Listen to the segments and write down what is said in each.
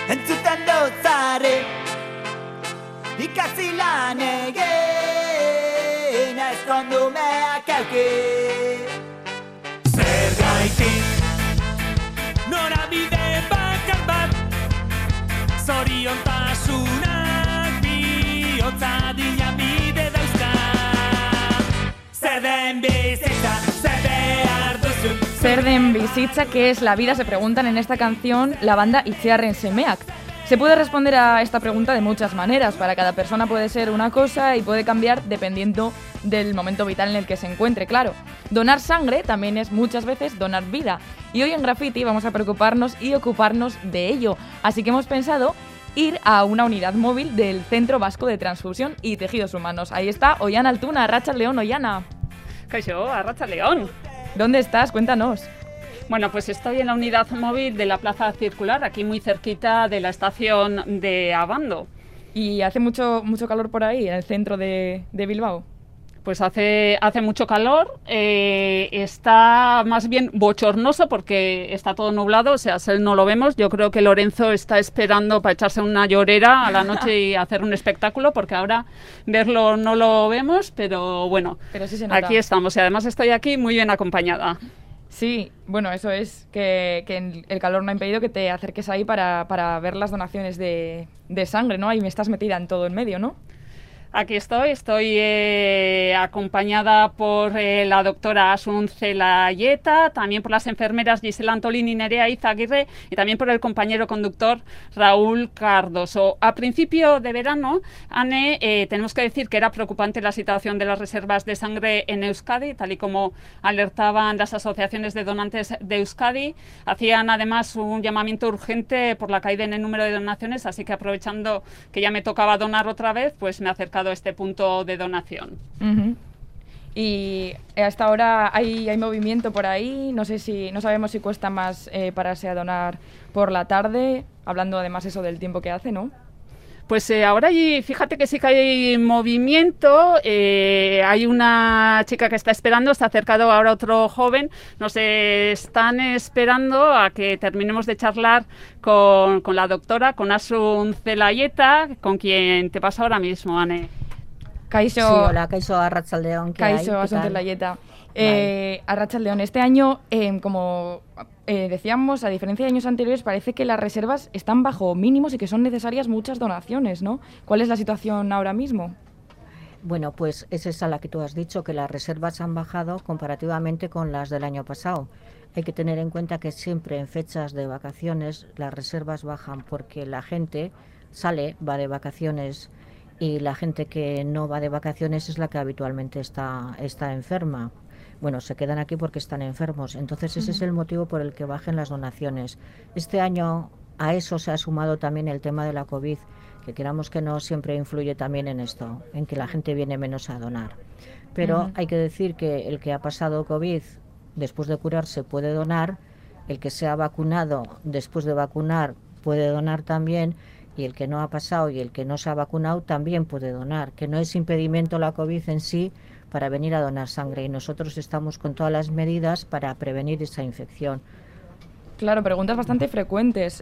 entzuten dotzare ikasi lan egin ezkondumeak auki Zergaitik norabide bakar bat zoriontasunak bihotza dinamide dauzka Zer den bizitza, zer behar duzu Zer den bizitza, ¿qué es la vida? Se preguntan en esta canción la banda Itziarren Semeak. Se puede responder a esta pregunta de muchas maneras. Para cada persona puede ser una cosa y puede cambiar dependiendo del momento vital en el que se encuentre, claro. Donar sangre también es muchas veces donar vida. Y hoy en Graffiti vamos a preocuparnos y ocuparnos de ello. Así que hemos pensado ir a una unidad móvil del Centro Vasco de Transfusión y Tejidos Humanos. Ahí está Ollana Altuna, Arratsaldeon, Ollana. Kaixo, Arratsaldeon. ¿Dónde estás? Cuéntanos. Bueno, pues estoy en la unidad móvil de la Plaza Circular, aquí muy cerquita de la estación de Abando. ¿Y hace mucho calor por ahí, en el centro de Bilbao? Pues hace mucho calor, está más bien bochornoso porque está todo nublado, o sea, no lo vemos. Yo creo que Lorenzo está esperando para echarse una llorera a la noche y hacer un espectáculo, porque ahora verlo no lo vemos, pero bueno, pero sí se nota. Aquí estamos y además estoy aquí muy bien acompañada. Sí, bueno, eso es, que el calor no ha impedido que te acerques ahí para ver las donaciones de sangre, ¿no? Ahí me estás metida en todo en medio, ¿no? Aquí estoy acompañada por la doctora Asun Zelayeta, también por las enfermeras Gisela Antolín y Nerea Izaguirre y también por el compañero conductor Raúl Cardoso. A principio de verano, Ane, tenemos que decir que era preocupante la situación de las reservas de sangre en Euskadi, tal y como alertaban las asociaciones de donantes de Euskadi. Hacían además un llamamiento urgente por la caída en el número de donaciones, así que aprovechando que ya me tocaba donar otra vez, pues me he acercado a este punto de donación. Uh-huh. Y hasta ahora hay movimiento por ahí, no sabemos si cuesta más pararse a donar por la tarde, hablando además eso del tiempo que hace, ¿no? Pues ahora fíjate que sí que hay movimiento, hay una chica que está esperando, está acercado ahora otro joven, nos están esperando a que terminemos de charlar con la doctora, con Asun Zelayeta, con quien te paso ahora mismo, Ane. Kaixo. Sí, hola, Kaixo, Arratsaldeon. Kaixo, Asun Zelayeta. Arratsaldeon, este año, como decíamos, a diferencia de años anteriores, parece que las reservas están bajo mínimos y que son necesarias muchas donaciones, ¿no? ¿Cuál es la situación ahora mismo? Bueno, pues es esa la que tú has dicho, que las reservas han bajado comparativamente con las del año pasado. Hay que tener en cuenta que siempre en fechas de vacaciones las reservas bajan porque la gente va de vacaciones y la gente que no va de vacaciones es la que habitualmente está enferma. Bueno, se quedan aquí porque están enfermos. Entonces ese es el motivo por el que bajen las donaciones. Este año a eso se ha sumado también el tema de la COVID, que queramos que no siempre influye también en esto, en que la gente viene menos a donar. Pero hay que decir que el que ha pasado COVID después de curarse puede donar, el que se ha vacunado después de vacunar puede donar también, y el que no ha pasado y el que no se ha vacunado también puede donar, que no es impedimento la COVID en sí para venir a donar sangre, y nosotros estamos con todas las medidas para prevenir esa infección. Claro, preguntas bastante frecuentes,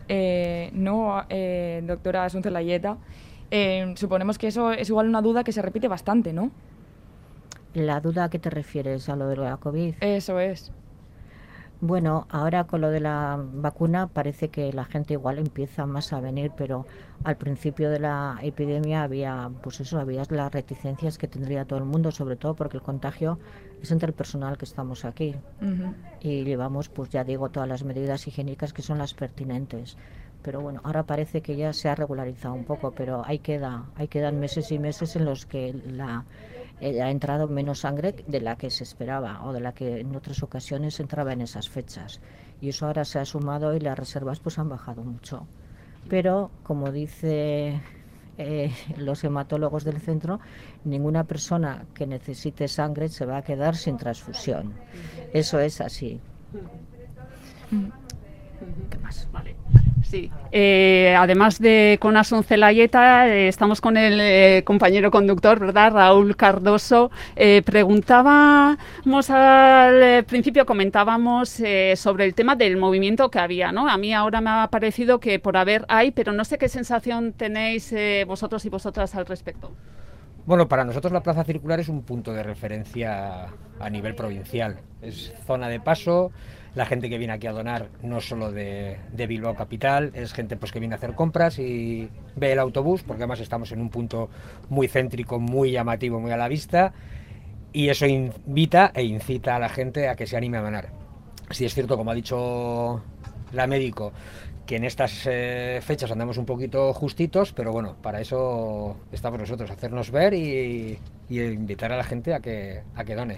doctora Asun Zelayeta. Suponemos que eso es igual una duda que se repite bastante, ¿no? ¿La duda a qué te refieres? ¿A lo de la COVID? Eso es. Bueno, ahora con lo de la vacuna parece que la gente igual empieza más a venir, pero al principio de la epidemia había las reticencias que tendría todo el mundo, sobre todo porque el contagio es entre el personal que estamos aquí. Y llevamos, pues ya digo, todas las medidas higiénicas que son las pertinentes. Pero bueno, ahora parece que ya se ha regularizado un poco, pero ahí quedan meses y meses en los que ha entrado menos sangre de la que se esperaba o de la que en otras ocasiones entraba en esas fechas, y eso ahora se ha sumado y las reservas pues han bajado mucho, pero como dice los hematólogos del centro, ninguna persona que necesite sangre se va a quedar sin transfusión. Eso es así. ¿Qué más? Vale. Sí. Además de con Asun Zelayeta, estamos con el compañero conductor, ¿verdad? Raúl Cardoso. Preguntábamos al principio, comentábamos sobre el tema del movimiento que había, ¿no? A mí ahora me ha parecido que por haber hay, pero no sé qué sensación tenéis vosotros y vosotras al respecto. Bueno, para nosotros la Plaza Circular es un punto de referencia a nivel provincial. Es zona de paso. La gente que viene aquí a donar no solo de Bilbao capital, es gente pues que viene a hacer compras y ve el autobús, porque además estamos en un punto muy céntrico, muy llamativo, muy a la vista, y eso invita e incita a la gente a que se anime a donar. Sí es cierto, como ha dicho la médico, que en estas fechas andamos un poquito justitos, pero bueno, para eso estamos nosotros, hacernos ver y invitar a la gente a que done.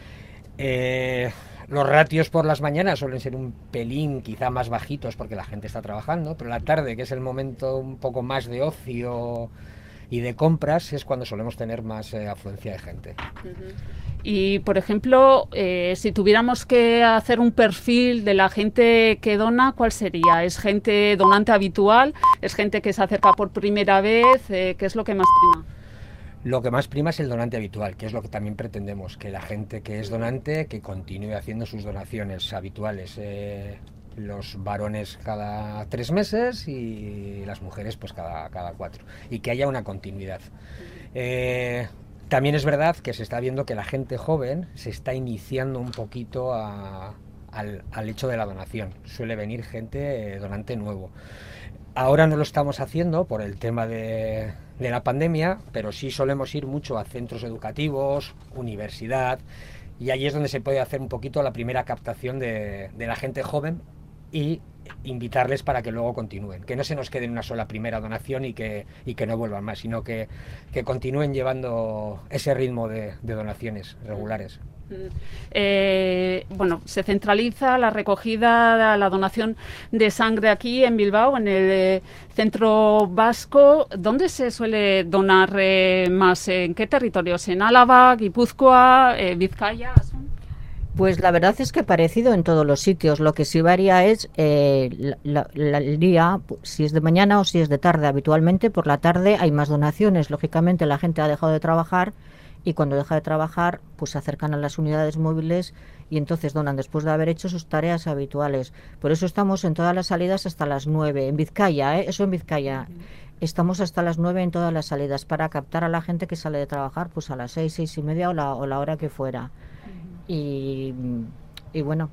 Los ratios por las mañanas suelen ser un pelín quizá más bajitos porque la gente está trabajando, pero la tarde, que es el momento un poco más de ocio y de compras, es cuando solemos tener más afluencia de gente. Y, por ejemplo, si tuviéramos que hacer un perfil de la gente que dona, ¿cuál sería? ¿Es gente donante habitual? ¿Es gente que se acerca por primera vez? ¿Qué es lo que más prima? Lo que más prima es el donante habitual, que es lo que también pretendemos, que la gente que es donante, que continúe haciendo sus donaciones habituales. Los varones cada 3 meses y las mujeres pues cada 4. Y que haya una continuidad. También es verdad que se está viendo que la gente joven se está iniciando un poquito al hecho de la donación. Suele venir gente donante nuevo. Ahora no lo estamos haciendo por el tema de la pandemia, pero sí solemos ir mucho a centros educativos, universidad, y ahí es donde se puede hacer un poquito la primera captación de la gente joven y invitarles para que luego continúen, que no se nos quede en una sola primera donación y que no vuelvan más, sino que continúen llevando ese ritmo de donaciones regulares. Bueno, se centraliza la recogida, la donación de sangre aquí en Bilbao, en el centro vasco. ¿Dónde se suele donar más? ¿En qué territorios? ¿En Álava, Guipúzcoa, Vizcaya? Pues la verdad es que parecido en todos los sitios. Lo que sí varía es el día, si es de mañana o si es de tarde. Habitualmente por la tarde hay más donaciones. Lógicamente la gente ha dejado de trabajar y cuando deja de trabajar pues se acercan a las unidades móviles y entonces donan después de haber hecho sus tareas habituales. Por eso estamos en todas las salidas hasta las 9. En Vizcaya, eso en Vizcaya. Estamos hasta las 9 en todas las salidas para captar a la gente que sale de trabajar pues a las 6, 6:30 o la hora que fuera. Y bueno,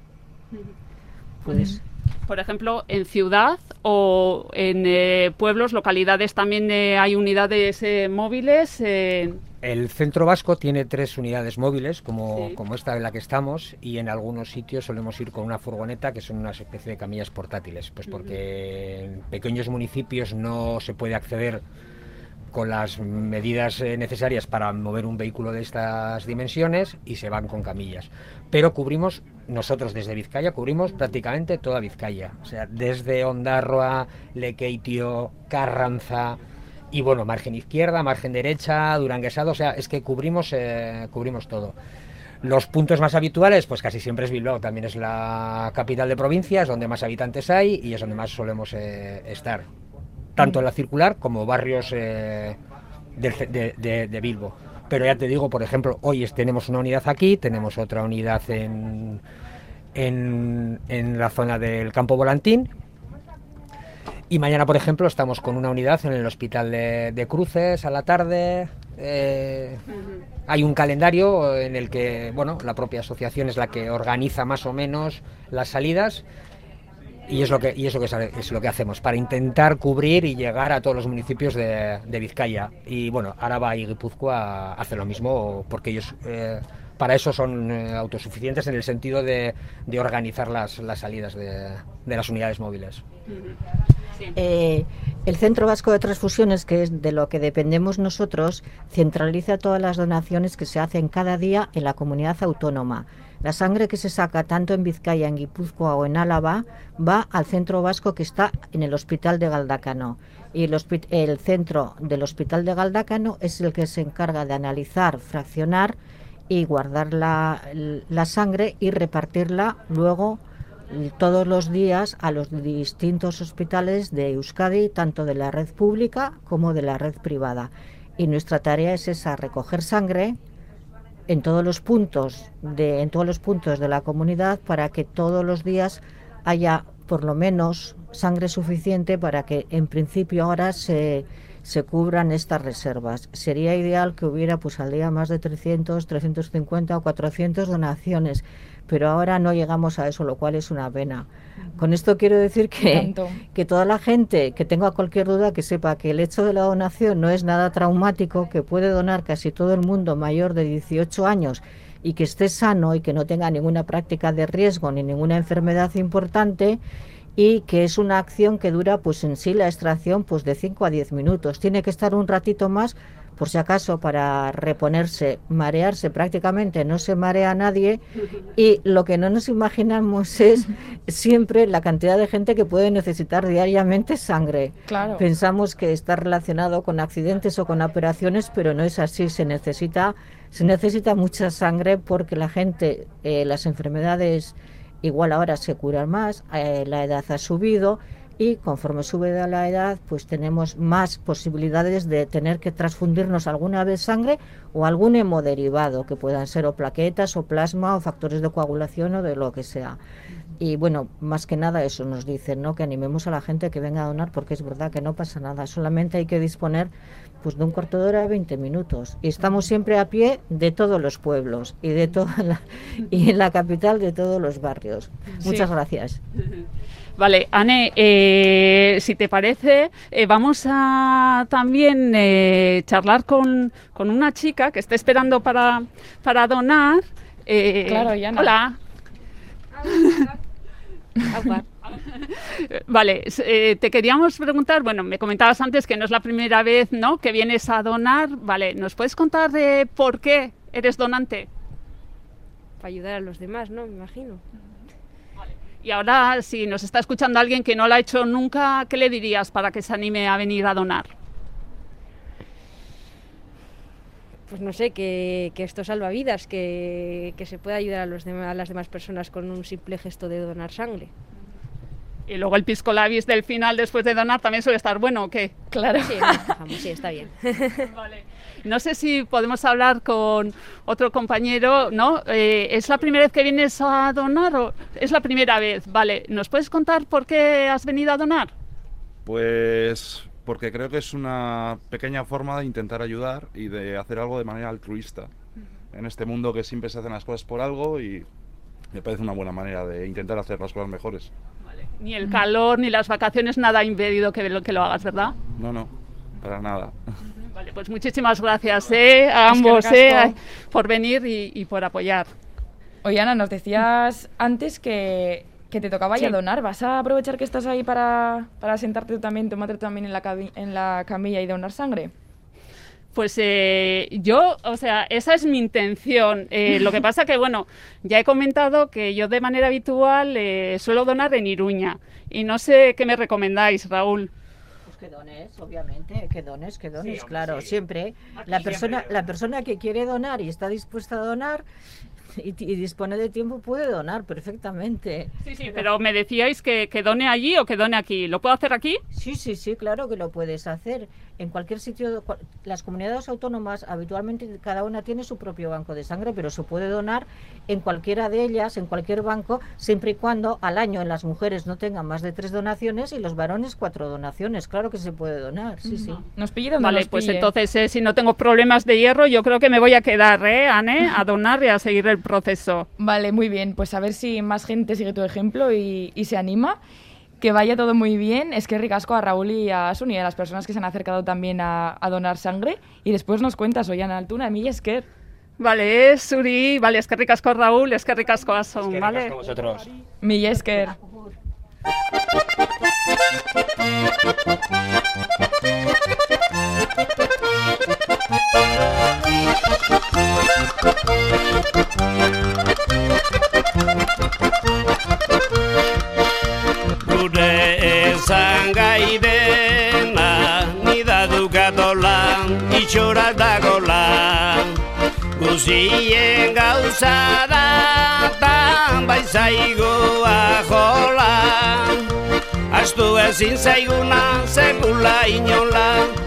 pues... Por ejemplo, en ciudad o en pueblos, localidades, también hay unidades móviles. El centro vasco tiene 3 unidades móviles, como esta en la que estamos, y en algunos sitios solemos ir con una furgoneta, que son una especie de camillas portátiles, pues porque en pequeños municipios no se puede acceder con las medidas necesarias para mover un vehículo de estas dimensiones y se van con camillas. Pero cubrimos, nosotros desde Vizcaya, cubrimos prácticamente toda Vizcaya. O sea, desde Ondarroa, Lekeitio, Carranza y bueno, margen izquierda, margen derecha, Duranguesado, o sea, es que cubrimos todo. Los puntos más habituales, pues casi siempre es Bilbao, también es la capital de provincia, es donde más habitantes hay y es donde más solemos estar. Tanto en la circular como barrios de Bilbo. Pero ya te digo, por ejemplo, hoy tenemos una unidad aquí, tenemos otra unidad en la zona del Campo Volantín y mañana, por ejemplo, estamos con una unidad en el Hospital de Cruces a la tarde. Hay un calendario en el que, bueno, la propia asociación es la que organiza más o menos las salidas. Y es lo que hacemos para intentar cubrir y llegar a todos los municipios de Vizcaya. Y bueno, Araba y Guipúzcoa hacen lo mismo porque ellos para eso son autosuficientes en el sentido de organizar las salidas de las unidades móviles. El Centro Vasco de Transfusiones, que es de lo que dependemos nosotros, centraliza todas las donaciones que se hacen cada día en la comunidad autónoma. La sangre que se saca tanto en Vizcaya, en Guipúzcoa o en Álava va al centro vasco que está en el Hospital de Galdakano. Y el centro del Hospital de Galdakano es el que se encarga de analizar, fraccionar y guardar la sangre y repartirla luego todos los días a los distintos hospitales de Euskadi, tanto de la red pública como de la red privada. Y nuestra tarea es esa, recoger sangre en todos los puntos de la comunidad para que todos los días haya por lo menos sangre suficiente para que en principio ahora se cubran estas reservas. Sería ideal que hubiera pues al día más de 300, 350 o 400 donaciones, pero ahora no llegamos a eso, lo cual es una pena. Con esto quiero decir que toda la gente que tenga cualquier duda que sepa que el hecho de la donación no es nada traumático, que puede donar casi todo el mundo mayor de 18 años y que esté sano y que no tenga ninguna práctica de riesgo ni ninguna enfermedad importante, y que es una acción que dura pues en sí la extracción pues de 5 a 10 minutos. Tiene que estar un ratito más por si acaso para reponerse, marearse prácticamente no se marea nadie, y lo que no nos imaginamos es siempre la cantidad de gente que puede necesitar diariamente sangre. Claro. Pensamos que está relacionado con accidentes o con operaciones, pero no es así, se necesita mucha sangre porque la gente, las enfermedades igual ahora se curan más, la edad ha subido y conforme sube la edad pues tenemos más posibilidades de tener que transfundirnos alguna vez sangre o algún hemoderivado que puedan ser o plaquetas o plasma o factores de coagulación o de lo que sea. Y bueno, más que nada eso nos dicen, ¿no? Que animemos a la gente que venga a donar, porque es verdad que no pasa nada, solamente hay que disponer pues de un cuarto de hora a 20 minutos. Y estamos siempre a pie de todos los pueblos y y en la capital de todos los barrios. Sí. Muchas gracias. Vale, Ane, si te parece, vamos a también charlar con una chica que está esperando para donar. Claro, Yana. Hola. Vale, te queríamos preguntar, bueno, me comentabas antes que no es la primera vez, ¿no?, que vienes a donar. Vale, ¿nos puedes contar por qué eres donante? Para ayudar a los demás, ¿no? Me imagino. Y ahora, si nos está escuchando alguien que no lo ha hecho nunca, ¿qué le dirías para que se anime a venir a donar? Pues no sé, que esto salva vidas, que se pueda ayudar a las demás personas con un simple gesto de donar sangre. Y luego el pisco labis del final después de donar también suele estar bueno, ¿o qué? Claro. Sí, vamos, sí, está bien. Vale. No sé si podemos hablar con otro compañero, ¿no? ¿Es la primera vez que vienes a donar o es la primera vez? Vale, ¿nos puedes contar por qué has venido a donar? Pues porque creo que es una pequeña forma de intentar ayudar y de hacer algo de manera altruista. En este mundo que siempre se hacen las cosas por algo, y me parece una buena manera de intentar hacer las cosas mejores. Vale. Ni el calor ni las vacaciones nada ha impedido que lo hagas, ¿verdad? No, para nada. Vale, pues muchísimas gracias a ambos por venir y por apoyar. Oye, Ana, nos decías antes que te tocaba ya donar. ¿Vas a aprovechar que estás ahí para sentarte tú también, tomarte también en la camilla y donar sangre? Pues yo, o sea, esa es mi intención. Lo que pasa que, bueno, ya he comentado que yo de manera habitual suelo donar en Iruña. Y no sé qué me recomendáis, Raúl. Pues que dones, obviamente, que dones, sí, claro, sí. Siempre. La persona que quiere donar y está dispuesta a donar y dispone de tiempo puede donar perfectamente. Sí, pero me decíais que done allí o que done aquí. ¿Lo puedo hacer aquí? Sí, claro que lo puedes hacer. En cualquier sitio, las comunidades autónomas habitualmente cada una tiene su propio banco de sangre, pero se puede donar en cualquiera de ellas, en cualquier banco, siempre y cuando al año en las mujeres no tengan más de 3 donaciones y los varones 4 donaciones. Claro que se puede donar, sí. Nos pille donde Vale, nos pues pille. entonces si no tengo problemas de hierro, yo creo que me voy a quedar, Ane, a donar y a seguir el proceso. Vale, muy bien. Pues a ver si más gente sigue tu ejemplo y se anima. Que vaya todo muy bien. Es que ricasco a Raúl y a Asun y a las personas que se han acercado también a donar sangre. Y después nos cuentas, Ollana Altuna, Milla Esker. Vale, Suri, vale, es que ricasco Raúl, es que ricasco Asun, ¿vale? Ricasco vosotros. Milla Esker. Gure esan gai dena, nida dukatola, itxura dagola. Guzien gauzara, bai zaigu ajola. Astu ezin zaiguna sekula inola,